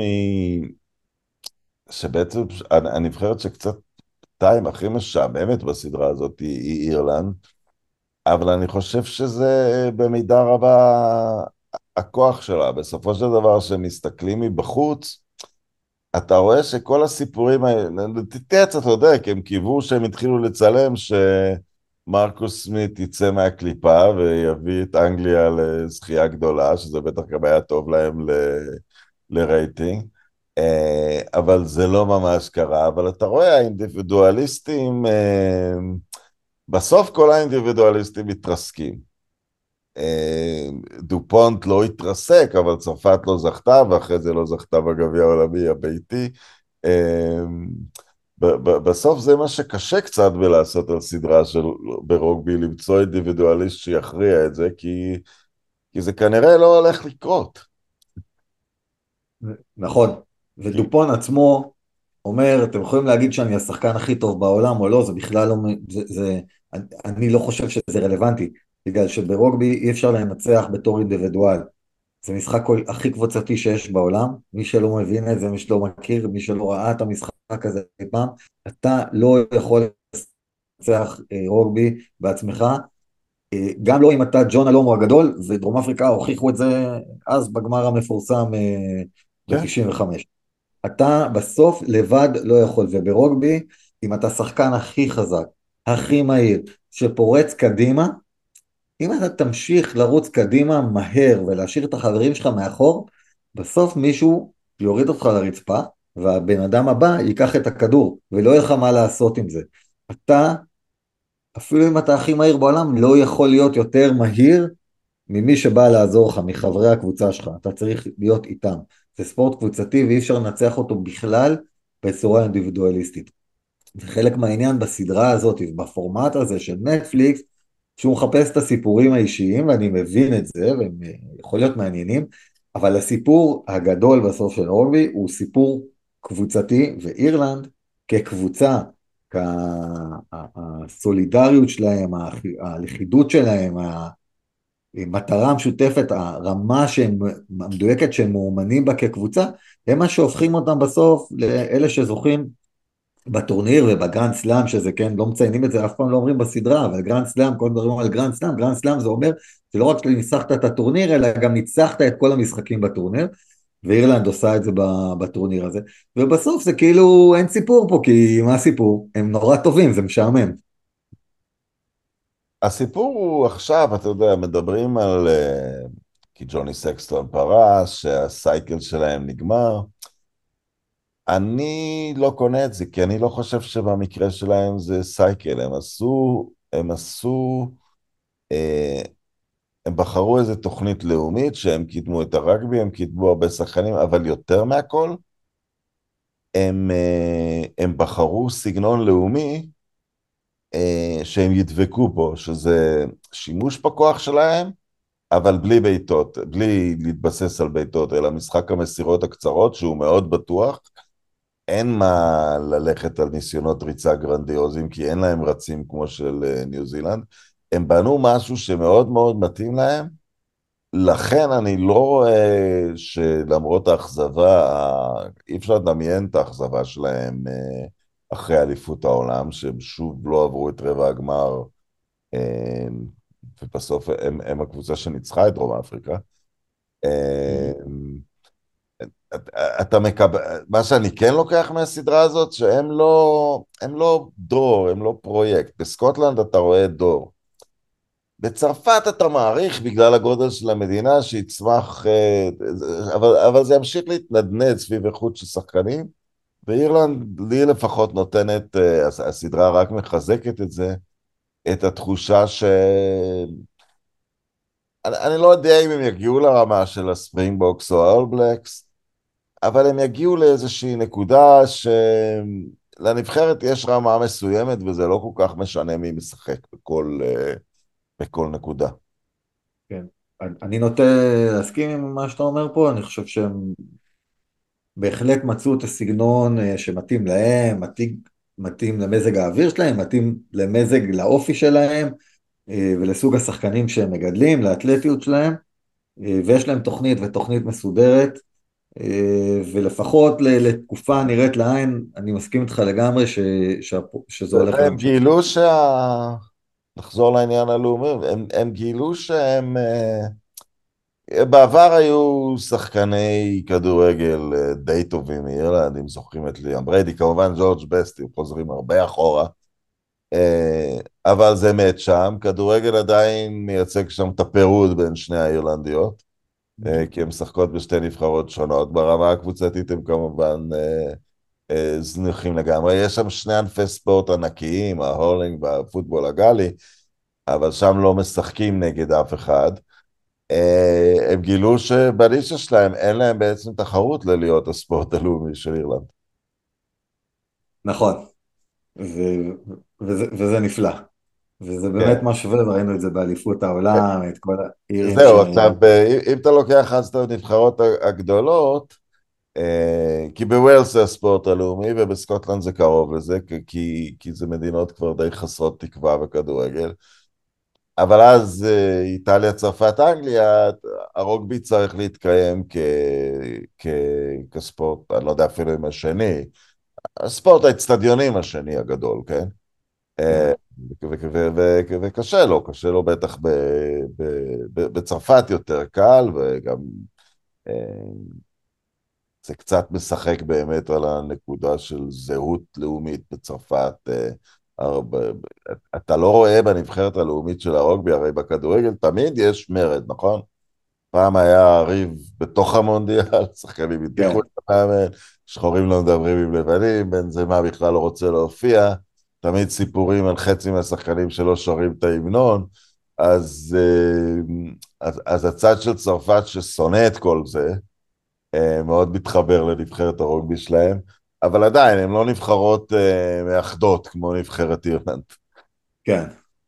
שבעצם הנבחרת שקצת טיים הכי משעממת בסדרה הזאת היא אירלנד, אבל אני חושב שזה במידה רבה הכוח שלה. בסופו של דבר, כשמסתכלים מבחוץ, אתה רואה שכל הסיפורים האלה, תתייעץ, אתה יודע, כי הם קיוו שהם התחילו לצלם שמרקוס סמית יצא מהקליפה ויביא את אנגליה לזכייה גדולה, שזה בטח גם היה טוב להם לרייטינג. אבל זה לא ממש קרה. אבל אתה רואה, האינדיבידואליסטים, בסוף כל האינדיבידואליסטים מתרסקים. דופונט לא התרסק, אבל צרפת לא זכתה, ואחרי זה לא זכתה בגביע העולמי הביתי. בסוף זה מה שקשה קצת בלעשות על סדרה ברוגבי, למצוא אינדיבידואליסט שיכריע את זה, כי זה כנראה לא הולך לקרות. נכון, ודופון עצמו אומר, אתם יכולים להגיד שאני השחקן הכי טוב בעולם או לא, זה בכלל לא, אני לא חושב שזה רלוונטי, בגלל שברוגבי אי אפשר לנצח בתור אינדיבידואל, זה משחק הכי קבוצתי שיש בעולם, מי שלא מבין את זה, מי שלא מכיר, מי שלא ראה את המשחק הזה אי פעם, אתה לא יכול לנצח רוגבי בעצמך, גם לא אם אתה ג'ון אלומו הגדול, ודרום אפריקה הוכיחו את זה אז בגמר המפורסם כן, ב-95. אתה בסוף לבד לא יכול, וברוגבי, אם אתה שחקן הכי חזק, הכי מהיר, שפורץ קדימה, אם אתה תמשיך לרוץ קדימה מהר ולהשאיר את החברים שלך מאחור, בסוף מישהו יוריד אותך לרצפה, והבן אדם הבא ייקח את הכדור, ולא יהיה לך מה לעשות עם זה. אתה, אפילו אם אתה הכי מהיר בעולם, לא יכול להיות יותר מהיר ממי שבא לעזור לך, מחברי הקבוצה שלך. אתה צריך להיות איתם. זה ספורט קבוצתי ואי אפשר לנצח אותו בכלל בצורה אינדיבידואליסטית. וחלק מהעניין בסדרה הזאת, בפורמט הזה של נטפליקס, שהוא מחפש את הסיפורים האישיים, ואני מבין את זה, והם יכול להיות מעניינים, אבל הסיפור הגדול בסוף של רוגבי הוא סיפור קבוצתי, ואירלנד כקבוצה, הסולידריות שלהם, הלכידות שלהם, המטרה המשותפת, הרמה המדויקת שהם מאומנים בה כקבוצה, הם מה שהופכים אותם בסוף לאלה שזוכים בטורניר ובגרנד סלאם, שזה כן, לא מציינים את זה, אף פעם לא אומרים בסדרה, אבל גרנד סלאם, כל מדברים על גרנד סלאם זה אומר שלא רק שניצחת את הטורניר, אלא גם ניצחת את כל המשחקים בטורניר, ואירלנד עושה את זה בטורניר הזה, ובסוף זה כאילו אין סיפור פה, כי מה הסיפור? הם נורא טובים, זה משעמם. הסיפור הוא עכשיו, אתה יודע, מדברים על... כי ג'וני סקסטון פרש, שהסייקל שלהם נגמר. אני לא קונה את זה, כי אני לא חושב שבמקרה שלהם זה סייקל. אה, הם בחרו איזו תוכנית לאומית, שהם קידמו את הרגבי, הם קידמו הרבה שחקנים, אבל יותר מהכל, הם בחרו סגנון לאומי, שהם ידבקו בו, שזה שימוש בכוח שלהם, אבל בלי בעיטות, בלי להתבסס על בעיטות, אלא משחק המסירות הקצרות, שהוא מאוד בטוח. אין מה ללכת על ניסיונות ריצה גרנדיוזיים, כי אין להם רצים כמו של ניו זילנד. הם בנו משהו שמאוד מאוד מתאים להם, לכן אני לא רואה שלמרות האכזבה, אי אפשר לדמיין את האכזבה שלהם אחרי אליפות העולם, שהם שוב לא עברו את רבע הגמר, אה, ובסוף הם הקבוצה שניצחה את דרום אפריקה. אה, אתה מקבל, מה שאני כן לוקח מהסדרה הזאת, הם לא דור, הם לא פרויקט. בסקוטלנד אתה רואה דור. בצרפת אתה מעריך בגלל הגודל של המדינה שיצמח, אבל זה ימשיך להתנדנד סביב איכות של שחקנים, ואירלנד לי לפחות נותנת, הסדרה רק מחזקת את זה, את התחושה אני לא יודע אם הם יגיעו לרמה של הספרינגבוקס או האול בלקס, אבל הם יגיעו לאיזושהי נקודה שלנבחרת יש רמה מסוימת, וזה לא כל כך משנה מי משחק בכל נקודה. כן. אני נוטה להסכים עם מה שאתה אומר פה, אני חושב שהם בהחלט מצאו את הסגנון שמתאים להם, מתאים למזג האוויר שלהם, מתאים לאופי שלהם, ולסוג השחקנים שהם מגדלים, לאתלטיות שלהם, ויש להם תוכנית ותוכנית מסודרת, ולפחות לתקופה נראית לעין, אני מסכים איתך לגמרי שזה הולך והם להמשיך. גילו נחזור לעניין הלאומי, הם גילו שהם, בעבר היו שחקני כדורגל די טובים מאירלנד, אם זוכרים את ליאם בריידי, כמובן ג'ורג' בסט, הם חוזרים הרבה אחורה, אבל זה מת שם, כדורגל עדיין מייצג שם את הפירוד בין שני האירלנדיות, כי הן משחקות בשתי נבחרות שונות, ברמה הקבוצתית הם כמובן זניחים לגמרי, יש שם שני ענפי ספורט ענקיים, ההורלינג והפוטבול הגלי, אבל שם לא משחקים נגד אף אחד. הם גילו שבנישה שלהם אין להם בעצם תחרות ללהיות הספורט הלאומי של אירלנד. נכון, וזה נפלא, וזה באמת כן. מה שווה, וראינו את זה באליפות העולם, את כל העירים זהו, עכשיו, אם אתה לוקח אז את הנבחרות הגדולות, כי בווילס זה הספורט הלאומי, ובסקוטלנד זה קרוב לזה, כי זה מדינות כבר די חסרות תקווה בכדורגל. אבל אז איטליה, צרפת, אנגליה, הרוגבי צריך להתקיים כ... כספורט, אני לא יודע אפילו אם השני, הספורט האצטדיונים השני הגדול, כן? כן, וקשה לו, קשה לו בטח בצרפת יותר קל, וגם אה, זה קצת משחק באמת על הנקודה של זהות לאומית בצרפת. אתה לא רואה בנבחרת הלאומית של הרוגבי, הרי בכדורגל תמיד יש מרד, נכון? פעם היה ריב בתוך המונדיאל, שחקנים הדיחו כן, את המאמן, שחורים לא מדברים עם לבנים, בנזמה בכלל לא רוצה להופיע, תמיד סיפורים על חצי מהשחקנים שלא שרים את ההמנון, אז הצד של צרפת ששונא את כל זה, מאוד מתחבר לנבחרת הרוגבי שלהם, אבל עדיין, הן לא נבחרות מאחדות כמו נבחרת אירלנד. כן.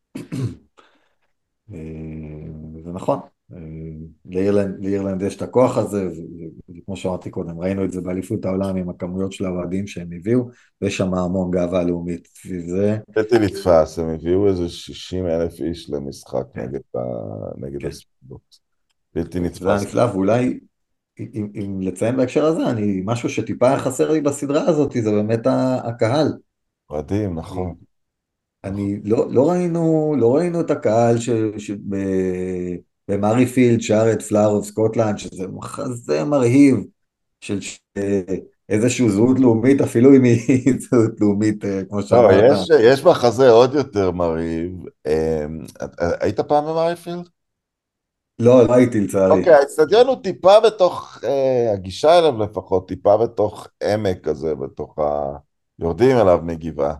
זה נכון. אה, לאירלנד יש את הכוח הזה, וכמו שאמרתי קודם, ראינו את זה באליפות העולם עם הכמויות של האוהדים שהם הביאו, ויש שם המון גאווה לאומית סביב זה. בלתי נתפס, הם הביאו איזה 60,000 איש למשחק כן, נגד כן. הספורט. בלתי זה היה נתפס. נפלא, ואולי, אם לציין בהקשר הזה, משהו שטיפה היה חסר לי בסדרה הזאת, זה באמת הקהל. מדהים, אני, נכון. נכון. לא ראינו את הקהל במארי פילד שר את פלאר אוף סקוטלנד, שזה מחזה מרהיב של איזושהי זהות לאומית, אפילו אם היא זהות לאומית, כמו לא, שאמרת. יש מחזה עוד יותר מרהיב. היית פעם במרייפילד? לא, לא הייתי לצערי. אוקיי, האצטדיון הוא טיפה בתוך, הגישה אליו לפחות, טיפה בתוך עמק כזה, יורדים אליו מגבעה.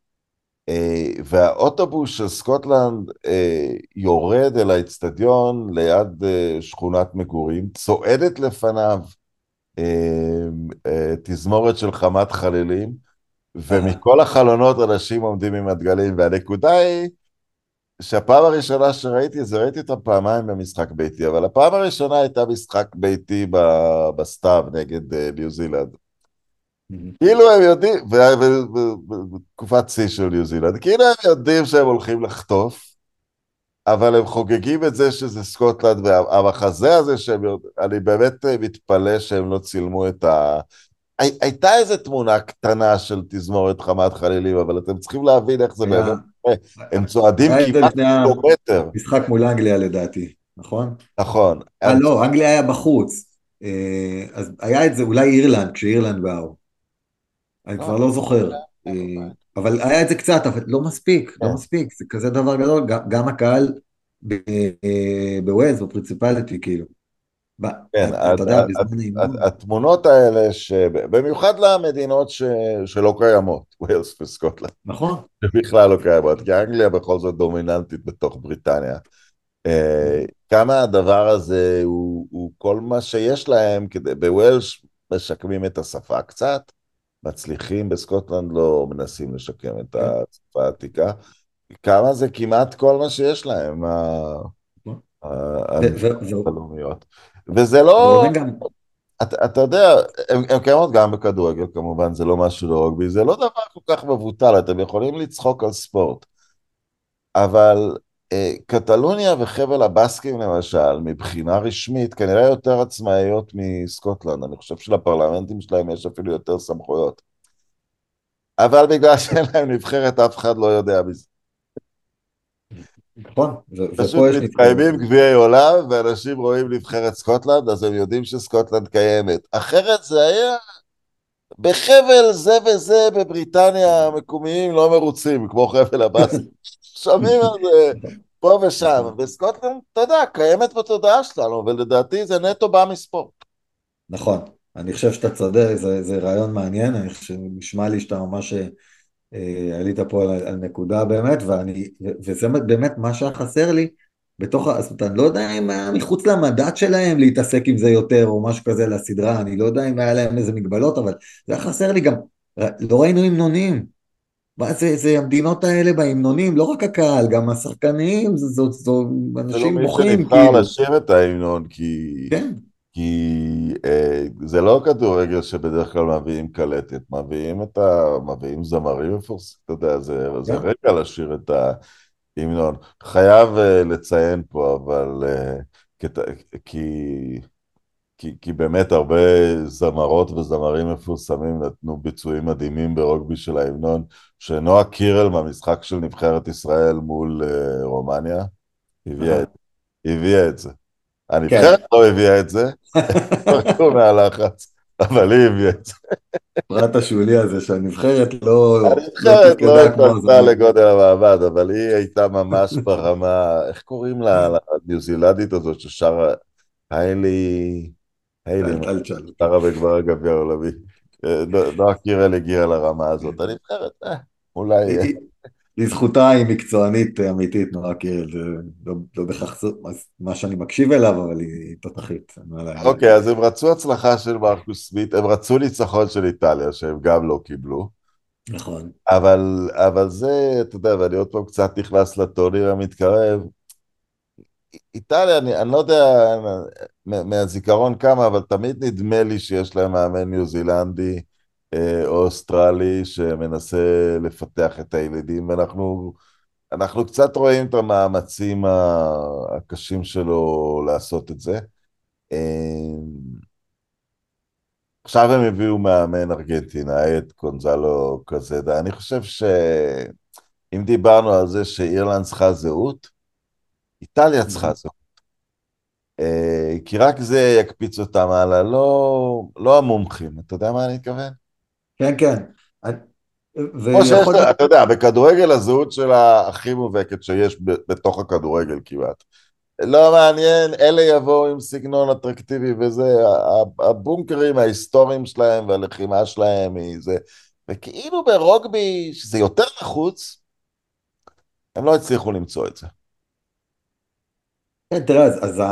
והאוטובוס של סקוטלנד יורד אל האצטדיון ליד שכונת מגורים, צועדת לפניו תזמורת של חמת חלילים, אה, ומכל החלונות אנשים עומדים עם הדגלים, והנקודה היא שהפעם הראשונה שראיתי זה, ראיתי אותם פעמיים במשחק ביתי, אבל הפעם הראשונה הייתה משחק ביתי בסתיו נגד ניו זילנד. כאילו הם יודעים, בתקופת שיא של ניו זילנד, כאילו הם יודעים שהם הולכים לחטוף, אבל הם חוגגים את זה שזה סקוטלנד, והמחזה הזה שהם יודעים, אני באמת מתפלא שהם לא צילמו את הייתה איזו תמונה קטנה של תזמורת חמת חלילים, אבל אתם צריכים להבין איך זה באמת היה, קורה. הם צועדים היה את זה כמעט לפני קילומטר. המשחק מול אנגליה לדעתי, נכון? נכון. לא, אנגליה היה בחוץ. אז היה את זה, אולי אירלנד, כשאירלנד באו. אני כבר לא, לא זוכר. אבל היה את זה קצת, אבל לא מספיק, לא כן, מספיק. זה כזה דבר גדול, גם הקהל בווילס, בפריציפליטי, כאילו. כן. אתה יודע, בזמן האימון. התמונות האלה, במיוחד למדינות שלא קיימות, ווילס וסקוטלנד, נכון. שבכלל לא קיימות, כי אנגליה בכל זאת דומיננטית בתוך בריטניה. כמה הדבר הזה הוא כל מה שיש להם, בווילס משקמים את השפה קצת, מצליחים, בסקוטלנד לא מנסים לשקם את כן. השפה העתיקה, כמה זה כמעט כל מה שיש להם, נכון. הנבחרות הלאומיות. וזה לא, ועוד אין גם, אתה יודע, הם קיימות גם בכדורגל, כמובן, זה לא משהו לרוגבי, זה לא דבר כל כך מבוטל, אתם יכולים לצחוק על ספורט, אבל קטלוניה וחבל הבסקים למשל, מבחינה רשמית, כנראה יותר עצמאיות מסקוטלנד, אני חושב שלפרלמנטים שלהם יש אפילו יותר סמכויות. אבל בגלל שאין להם נבחרת, אף אחד לא יודע מזה. נכון, פשוט ופה יש נבחרת. מתקיימים גביעי עולם, ואנשים רואים נבחרת סקוטלנד, אז הם יודעים שסקוטלנד קיימת. אחרת זה היה בחבל זה וזה בבריטניה, המקומיים לא מרוצים, כמו חבל הבאסק. שומעים על זה פה ושם. נכון. וסקוטלנד, אתה יודע, קיימת בתודעה שלנו, ולדעתי זה נטו בא מספורט. נכון. אני חושב שאתה צודק, זה רעיון מעניין, נשמע לי שאתה ממש עלית פה על נקודה באמת, וזה באמת מה שהיה חסר לי זאת אומרת, אני לא יודע אם היה מחוץ למדד שלהם להתעסק עם זה יותר, או משהו כזה לסדרה, אני לא יודע אם היה להם איזה מגבלות, אבל זה היה חסר לי גם, לא ראינו המנונים, מה זה המדינות האלה בהמנונים, לא רק הקהל, גם השחקנים, זו אפילו אנשים מי בוכים שנבחר כאילו, לשיר את ההמנון, כן, כי זה לא כדורגל שבדרך כלל מביאים קלטת, מביאים זמרים מפורסמים, אתה יודע, זה גם, רגע לשיר את ה... המנון. חייב לציין פה, אבל כת- כי, כי באמת הרבה זמרות וזמרים מפורסמים נתנו ביצועים מדהימים ברוגבי של ההמנון, שנועה קירל מהמשחק של נבחרת ישראל מול רומניה, הביאה אהה. הביאה את זה. הנבחרת כן. לא הביאה את זה, פרקו מהלחץ, אבל היא הביאה את זה. הפרט השולי הזה שהנבחרת לא הנבחרת לא תפקדה כמו התאפקה הזרים. לגודל המעמד, אבל היא הייתה ממש ברמה, איך קוראים לה, לניו זילנדית הזאת ששרה, היילי, היילי, אל תשאל אותי. שרה בגמר הגביע העולמי. נועה קירל הגיעה לרמה הזאת. הנבחרת, אולי, לזכותה היא מקצוענית אמיתית, נורא קירל, זה לא בהכרח מה שאני מקשיב אליו, אבל היא תותחית, אין מה להגיד. אוקיי, אז הם רצו הצלחה של מרקוס סמית, הם רצו ניצחון של איטליה, שהם גם לא קיבלו. נכון. אבל זה, אתה יודע, ואני עוד פעם קצת נכנס לטורניר המתקרב, איטליה, אני לא יודע מהזיכרון כמה, אבל תמיד נדמה לי שיש להם מאמן ניו זילנדי או אוסטרלי שמנסה לפתח את הילידים, ואנחנו קצת רואים את המאמצים הקשים שלו לעשות את זה. עכשיו הם הביאו מאמן ארגנטינאי, את גונזלו קזדה. אני חושב שאם דיברנו על זה שאירלנד צריכה זהות, איטליה צריכה זהות. כי רק זה יקפיץ אותם הלאה, לא המומחים, אתה יודע מה אני מתכוון? כן, כן. כמו שיש, ויכול להיות, אתה יודע, בכדורגל הזהות שלה הכי מובהקת שיש בתוך הכדורגל כמעט. לא מעניין, אלה יבואו עם סגנון אטרקטיבי וזה, הבונקרים ההיסטוריים שלהם והלחימה שלהם היא זה, וכאילו ברוגבי, שזה יותר נחוץ, הם לא הצליחו למצוא את זה. כן, תראה,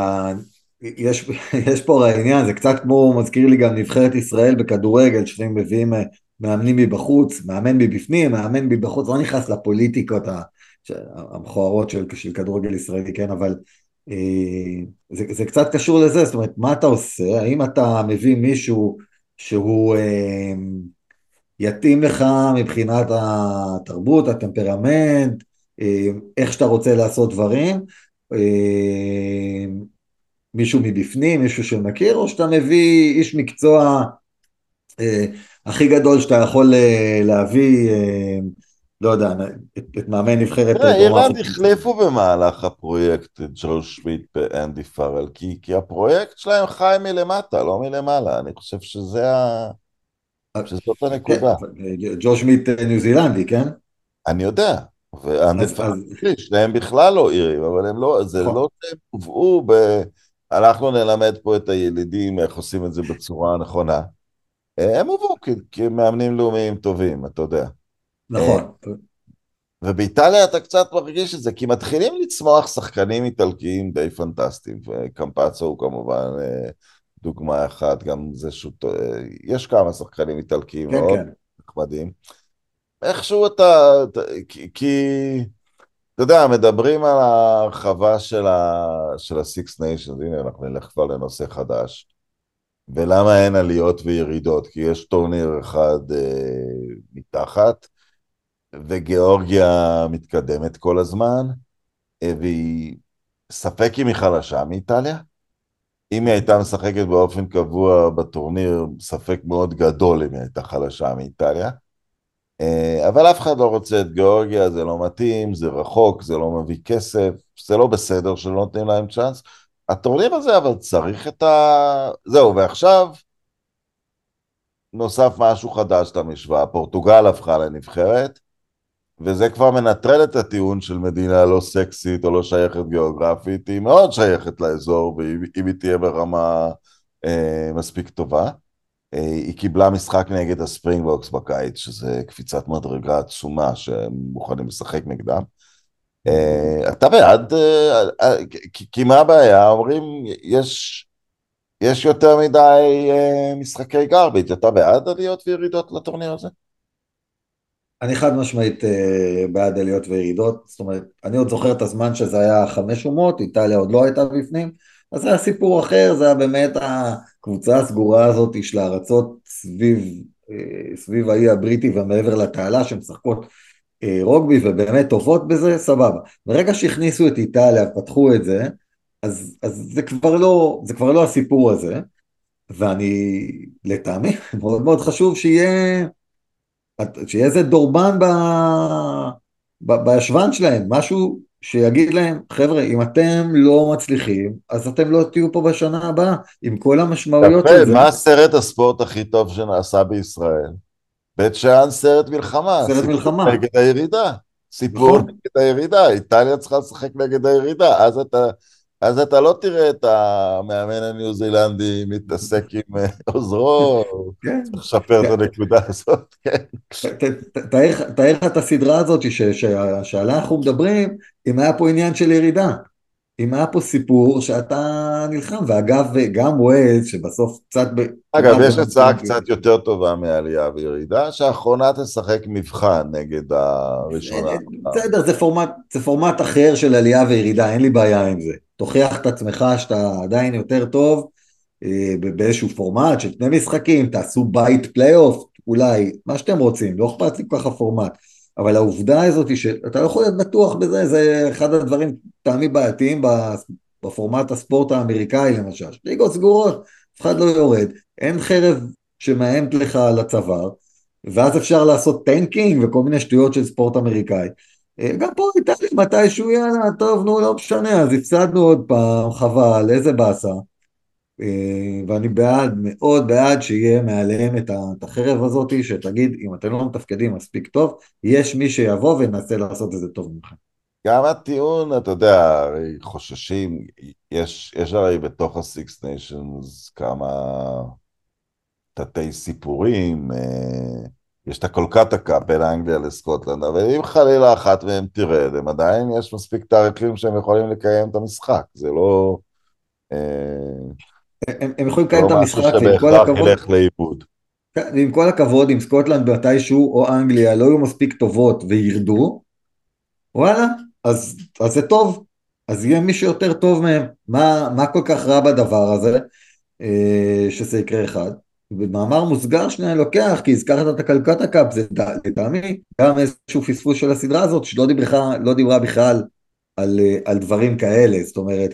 יש פה הרי עניין, זה קצת כמו, מזכיר לי גם נבחרת ישראל בכדורגל, שהם מביאים מאמנים מבחוץ, מאמן מבפנים, מאמן מבחוץ, לא נכנס לפוליטיקות המכוערות של כדורגל ישראלי, כן, אבל זה קצת קשור לזה, זאת אומרת, מה אתה עושה? האם אתה מביא מישהו שהוא יתאים לך מבחינת התרבות, הטמפרמנט, איך שאתה רוצה לעשות דברים, מישהו מבפנים, מישהו שמכיר, או שאתה מביא איש מקצוע אה, הכי גדול שאתה יכול להביא, לא יודע, את מאמן נבחרת תראה, דרום אירלנד אפריקה. החליפו במהלך הפרויקט את ג'ו שמיט ואנדי פארל, כי הפרויקט שלהם חי מלמטה, לא מלמעלה. אני חושב שזאת כן, הנקודה. אבל ג'ו שמיט ניו זילנדי, כן? אני יודע, ואנדי אז פארל, שניהם בכלל לא אירים, אבל הם לא, זה נכון. לא שהם הובאו אנחנו נלמד פה את הילידים איך עושים את זה בצורה הנכונה. הם הובאו כמאמנים לאומיים טובים, אתה יודע. נכון. ובאיטליה אתה קצת מרגיש את זה, כי מתחילים לצמוח שחקנים איטלקיים די פנטסטיים, וקמפצו הוא כמובן דוגמה אחת, גם זה יש כמה שחקנים איטלקיים כן, מאוד כן. נחמדים. איכשהו כי אתה יודע, מדברים על ההרחבה של ה-Six Nations, הנה אנחנו נלך כבר לנושא חדש, ולמה אין עליות וירידות, כי יש טורניר אחד מתחת, וגיאורגיה מתקדמת כל הזמן, והיא ספק אם היא חלשה מאיטליה. אם היא הייתה משחקת באופן קבוע בטורניר, ספק מאוד גדול אם היא הייתה חלשה מאיטליה. אבל אף אחד לא רוצה את גיאורגיה, זה לא מתאים, זה רחוק, זה לא מביא כסף, זה לא בסדר שלא נותנים להם צ'אנס. הטורניר הזה אבל צריך זהו, ועכשיו נוסף משהו חדש למשוואה. פורטוגל הפכה לנבחרת, וזה כבר מנטרל את הטיעון של מדינה לא סקסית או לא שייכת גיאוגרפית, היא מאוד שייכת לאזור, ואם היא תהיה ברמה מספיק טובה. היא קיבלה משחק נגד הספרינגבוקס בקיץ, שזה קפיצת מדרגה עצומה שהם מוכנים לשחק נגדם. אתה בעד, כי מה הבעיה? אומרים, יש יותר מדי משחקי גרביץ', אתה בעד עליות וירידות לטורניר הזה? אני חד משמעית בעד עליות וירידות, זאת אומרת, אני עוד זוכר את הזמן שזה היה 5 אומות, איטליה עוד לא הייתה בפנים, אז זה היה סיפור אחר, זה היה באמת הקבוצה הסגורה הזאת של הארצות סביב האי הבריטי ומעבר לתעלה, שמשחקות רוגבי ובאמת טובות בזה, סבבה. ברגע שהכניסו את איטליה, פתחו את זה, אז זה כבר לא הסיפור הזה, ואני, לטעמי, מאוד מאוד חשוב שיהיה איזה דורבן בישבן שלהם, משהו שיגיד להם, חבר'ה, אם אתם לא מצליחים, אז אתם לא תהיו פה בשנה הבאה, עם כל המשמעויות של יפה, זה. מה סרט הספורט הכי טוב שנעשה בישראל? בית שאן סרט מלחמה, סרט סיפור מלחמה, נגד הירידה. סיפור נכון? נגד הירידה, איטליה צריכה לשחק נגד הירידה, אז אתה לא תראה את המאמן הניו זילנדי מתעסק עם עוזרו, כן. צריך לשפר את הנקודה הזאת, כן. תאר לך את הסדרה הזאת שעליה אנחנו מדברים, אם היה פה עניין של ירידה, אם היה פה סיפור שאתה נלחם, ואגב, גם ווילס, שבסוף קצת, אגב, אומנם זה יש לא הצעה מבחינת... קצת יותר טובה מעלייה וירידה, שהאחרונה תשחק מבחן נגד הראשונה. בסדר, זה פורמט אחר של עלייה וירידה, אין לי בעיה עם זה. תוכיח את עצמך שאתה עדיין יותר טוב, באיזשהו פורמט של 2 משחקים, תעשו בית פלייאוף, אולי, מה שאתם רוצים, לא אכפת לי ככה פורמט. אבל העובדה הזאת היא שאתה לא יכול להיות בטוח בזה, זה אחד הדברים טעמי בעייתיים בפורמט הספורט האמריקאי למשל. ליגות סגורות, אף אחד לא יורד, אין חרב שמאיימת לך על הצוואר, ואז אפשר לעשות טנקינג וכל מיני שטויות של ספורט אמריקאי. גם פה הייתה לי מתישהו, יאללה, טוב, נו, לא משנה, אז הפסדנו עוד פעם, חבל, איזה באסה. ואני בעד, מאוד בעד שיהיה מעליהם את החרב הזאת, שתגיד, אם אתם לא מתפקדים מספיק טוב, יש מי שיבוא וינסה לעשות את זה טוב ממך. גם הטיעון, אתה יודע, הרי חוששים, יש הרי בתוך ה-Six Nations כמה תתי סיפורים, יש את הקולקטה קאפ בין אנגליה לסקוטלנד, אבל אם חלילה אחת מהם תרד, הם עדיין יש מספיק תאריכים שהם יכולים לקיים את המשחק, זה לא, אה, הם יכולים זה לקיים לא את משהו המשחק, ועם כל שבהכרח הכבוד, ילך לאיבוד. ועם כל הכבוד, אם סקוטלנד מתישהו או אנגליה לא יהיו מספיק טובות וירדו, וואלה, אז זה טוב, אז יהיה מישהו יותר טוב מהם. מה כל כך רע בדבר הזה, שזה יקרה אחד? במאמר מוסגר שנייה לוקח, כי הזכרת את הקלקטה קאפ, זה לטעמי גם איזשהו פספוס של הסדרה הזאת, שלא דיברה בכלל על דברים כאלה, זאת אומרת,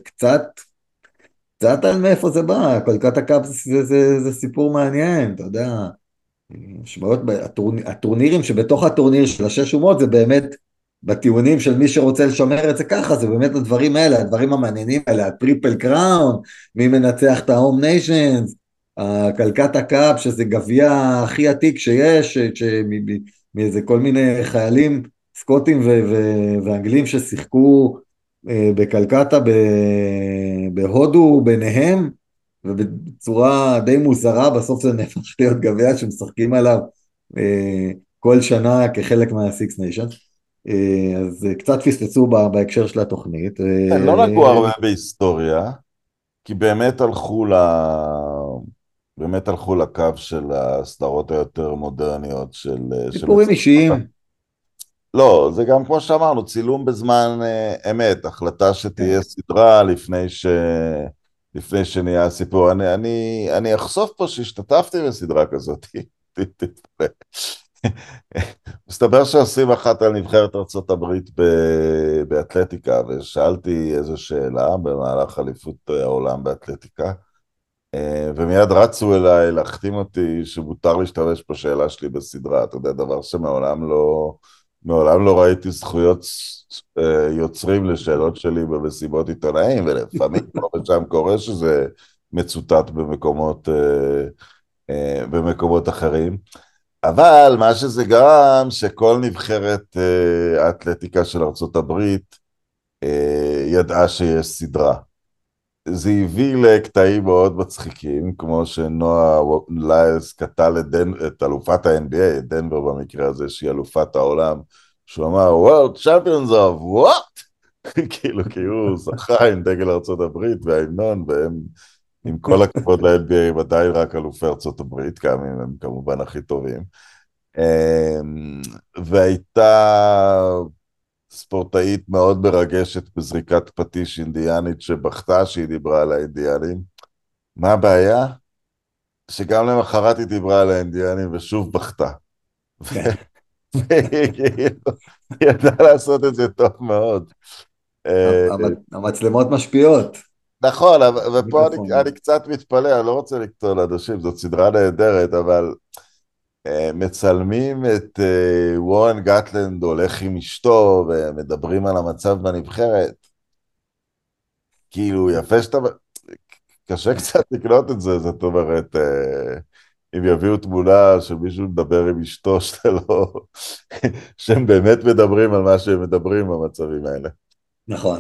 קצת על מאיפה זה בא, קלקטה קאפ זה סיפור מעניין, אתה יודע, משמעויות, הטורנירים שבתוך הטורניר של השש אומות, זה באמת, בטיעונים של מי שרוצה לשמר את זה ככה, זה באמת הדברים האלה, הדברים המעניינים האלה, הטריפל קראון, מי מנצח את ההום ניישנס, הקלקטה קאפ, שזה גביע הכי עתיק שיש, מאיזה כל מיני חיילים סקוטים ואנגלים ששיחקו בקלקטה בהודו ביניהם, ובצורה די מוזרה, בסוף זה נהפך להיות גביע שמשחקים עליו כל שנה כחלק מה-Six Nations, אז קצת פספסו בהקשר של התוכנית. כן, לא נגעו הרבה בהיסטוריה, כי באמת הלכו לקו של הסדרות היותר מודרניות של סיפורים אישיים. לא, זה גם כמו שאמרנו, צילום בזמן אמת, החלטה כן. שתהיה סדרה לפני שנהיה הסיפור. אני אחשוף פה שהשתתפתי בסדרה כזאת. תתפלא. מסתבר שעושים אחת על נבחרת ארצות הברית באתלטיקה, ושאלתי איזו שאלה במהלך אליפות העולם באתלטיקה, ומיד רצו אליי להחתים אותי שמותר להשתמש בשאלה שלי בסדרה. אתה יודע, דבר מעולם לא ראיתי זכויות יוצרים לשאלות שלי במסיבות עיתונאים, ולפעמים פה ושם קורה שזה מצוטט במקומות אחרים. אבל מה שזה גרם, שכל נבחרת האתלטיקה של ארצות הברית ידעה שיש סדרה. זה הביא לקטעים מאוד מצחיקים, כמו שנועה ליילס קטע את אלופת ה-NBA, את דנבר במקרה הזה, שהיא אלופת העולם, שהוא אמר, World Champions of what? כאילו, כי הוא זכה עם דגל ארצות הברית וההמנון, והם, עם כל הכבוד ל-NBA, הם עדיין רק אלופי ארצות הברית, גם אם הם כמובן הכי טובים. והייתה ספורטאית מאוד מרגשת בזריקת פטיש אינדיאנית שבכתה שהיא דיברה על האינדיאנים. מה הבעיה? שגם למחרת היא דיברה על האינדיאנים ושוב בכתה. והיא ידעה לעשות את זה טוב מאוד. אה, המצלמות משפיעות. נכון, ופה אני מיקרופונים. קצת מתפלא, אני לא רוצה לקטול אנשים, זאת סדרה נהדרת, אבל מצלמים את וורן גטלנד הולך עם אשתו ומדברים על המצב בנבחרת. כאילו, יפה שאתה... קשה קצת לקלוט את זה, זאת אומרת, אם יביאו תמונה של מישהו מדבר עם אשתו, שאתה לא... שהם באמת מדברים על מה שהם מדברים במצבים האלה. נכון.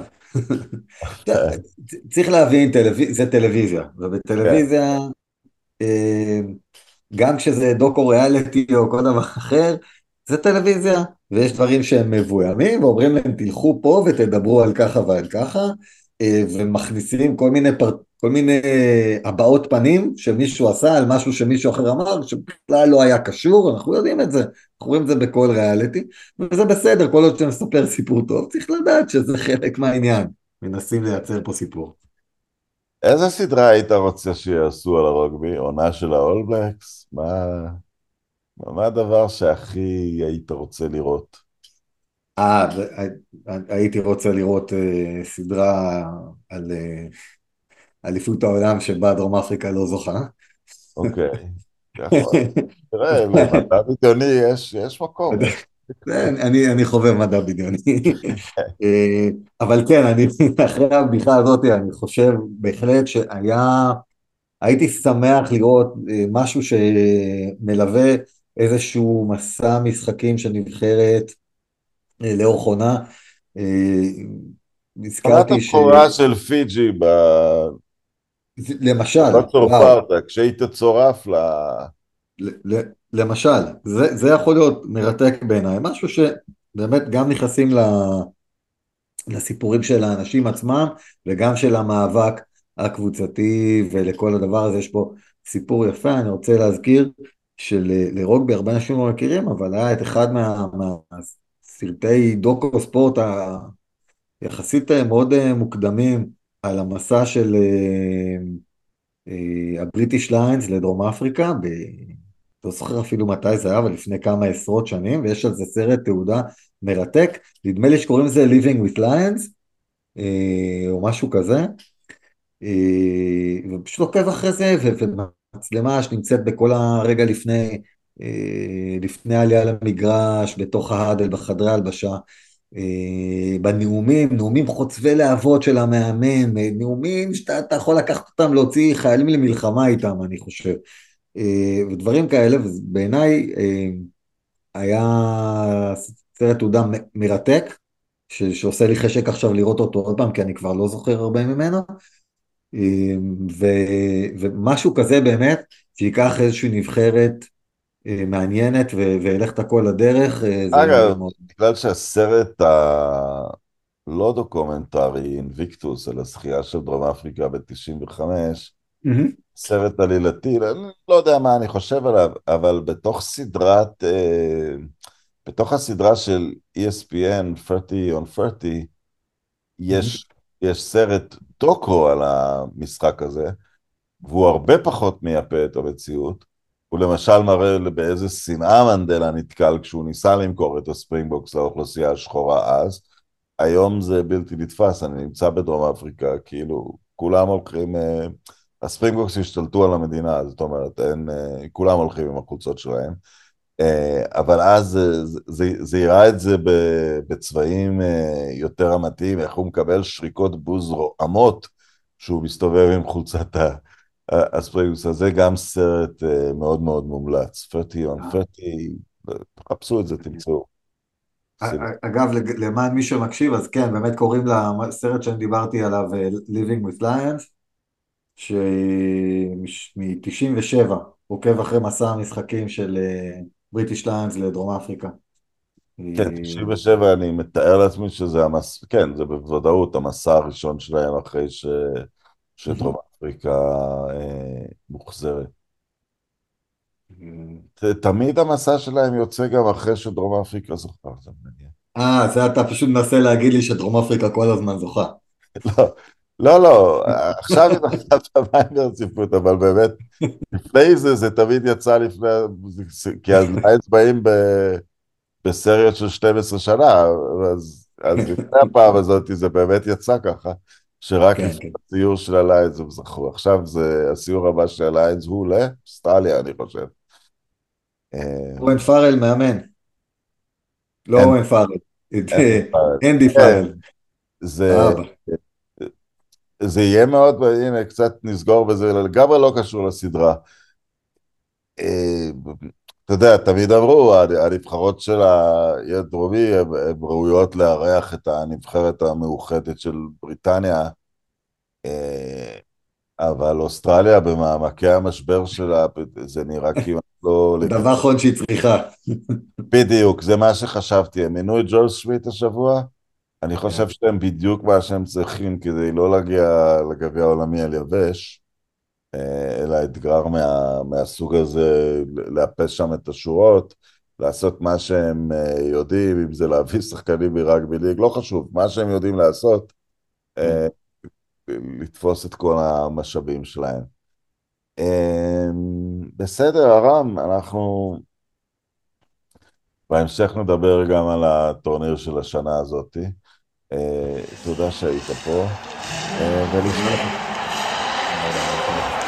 צריך להבין, זה טלוויזיה, כן. ובטלוויזיה, אה, גם כשזה דוקו ריאליטי או כל דבר אחר, זה טלוויזיה, ויש דברים שהם מבוימים, ואומרים להם תלכו פה ותדברו על ככה ועל ככה, ומכניסים כל מיני הבעות פנים שמישהו עשה על משהו שמישהו אחר אמר, שבכלל לא היה קשור, אנחנו יודעים את זה, אנחנו רואים את זה בכל ריאליטי, וזה בסדר, כל עוד שאתה מספר סיפור טוב, צריך לדעת שזה חלק מהעניין, מנסים לייצר פה סיפור. איזה סדרה היית רוצה שיעשו על הרוגבי? עונה של האול בלקס? מה הדבר שהכי היית רוצה לראות? אה, הייתי רוצה לראות סדרה על אליפות העולם שבה דרום אפריקה לא זוכה. אוקיי, יכול. תראה, למדע בדיוני יש מקום. אני חובב מדע בדיוני. אבל כן, אחרי הבדיחה הזאת, אני חושב בהחלט הייתי שמח לראות משהו שמלווה איזשהו מסע משחקים של נבחרת לאורך עונה. אה, עונת הזכרתי הבכורה של פיג'י למשל, לא וואו, צורפרת, כשהיא תצורף למשל, זה יכול להיות מרתק בעיניי, משהו שבאמת גם נכנסים לסיפורים של האנשים עצמם, וגם של המאבק הקבוצתי, ולכל הדבר הזה יש פה סיפור יפה. אני רוצה להזכיר שלרוגבי הרבה אנשים לא מכירים, אבל היה את אחד מהסרטי דוקו ספורט היחסית מאוד מוקדמים, על המסע של הבריטיש ליינס לדרום אפריקה, לא זוכר אפילו מתי זה היה, אבל לפני כמה עשרות שנים, ויש על זה סרט תעודה מרתק, נדמה לי שקוראים לזה Living with Lions, או משהו כזה, ופשוט עוקב אחרי זה, ומצלמה שנמצאת בכל הרגע לפני העלייה למגרש, בתוך ההדל, בחדרי הלבשה, בנאומים, נאומים חוצבי להבות של המאמן, נאומים שאתה יכול לקחת אותם, להוציא חיילים למלחמה איתם, אני חושב. ודברים כאלה, ובעיניי היה סרט תעודה מרתק, שעושה לי חשק עכשיו לראות אותו עוד פעם, כי אני כבר לא זוכר הרבה ממנו, ו, ומשהו כזה באמת, שייקח איזושהי נבחרת מעניינת, וילך את הכל לדרך, זה יהיה אגב, מאוד. בגלל שהסרט הלא דוקומנטרי, אינביקטוס, על הזכייה של דרום אפריקה ב-95, מהמם, סרט עלילתי, אני לא יודע מה אני חושב עליו, אבל בתוך הסדרה של ESPN 30 on 30, מהמם, יש סרט דוקו על המשחק הזה, והוא הרבה פחות מייפה את המציאות. הוא למשל מראה באיזה שנאה מנדלה נתקל כשהוא ניסה למכור את הספרינגבוקס לאוכלוסייה השחורה אז. היום זה בלתי נתפס, אני נמצא בדרום אפריקה, כאילו כולם הולכים, הספרינגבוקס השתלטו על המדינה, זאת אומרת, כולם הולכים עם החולצות שלהם. אבל אז זה יראה את זה בצבעים יותר אמיתיים, איך הוא מקבל שריקות בוז רועמות שהוא מסתובב עם חולצת הספרינגוס. אז זה גם סרט מאוד מאוד מומלץ, 30 on 30, חפשו את זה, תמצאו. אגב, למען מי שמקשיב, אז כן, באמת קוראים לסרט שאני דיברתי עליו Living with Lions, שמ-97 עוקב אחרי מסע המשחקים של בריטיש ליונס לדרום אפריקה. כן, 97, אני מתאר לעצמי שזה כן, זה בוודאות המסע הראשון שלהם אחרי שדרום אפריקה מוחזרת. תמיד המסע שלהם יוצא גם אחרי שדרום אפריקה זוכה, זה מעניין. זה אתה פשוט מנסה להגיד לי שדרום אפריקה כל הזמן זוכה. לא, לא, עכשיו היא זכתה פעמיים ברציפות, אבל באמת, לפני זה תמיד יצא לפני, כי הליינס באים בסריות של 12 שנה, אז לפני הפעם הזאת זה באמת יצא ככה, שרק כן, לפני כן. הסיור של הליינס הם זכו. עכשיו הסיור הבא של הליינס הוא לאוסטרליה, אני חושב. אורן פארל מאמן, לא אין, אורן פארל, אין דבר. אנדי כן, פארל, זה, האבא. זה יהיה מאוד, הנה, קצת נסגור בזה, לגמרי לא קשור לסדרה. אה, אתה יודע, תמיד אמרו, הנבחרות של האי הדרומי, הן ראויות לארח את הנבחרת המאוחדת של בריטניה, אה, אבל אוסטרליה במעמקי המשבר שלה, זה נראה כמעט לא הדבר לגיטימי. האחרון שהיא צריכה. בדיוק, זה מה שחשבתי. הם מינו את ג'ול סמית השבוע, אני כן, חושב שהם בדיוק מה שהם צריכים כדי לא להגיע לגביע העולמי על יבש. אלא אתגר מהסוג הזה, לאפס שם את השורות, לעשות מה שהם יודעים, אם זה להביא שחקנים מרגבי ליג, לא חשוב, מה שהם יודעים לעשות, כן. אה, לתפוס את כל המשאבים שלהם. בסדר, ארם, אנחנו בהמשך נדבר גם על הטורניר של השנה הזאת. תודה שהיית פה, ולהתראות. תודה רבה.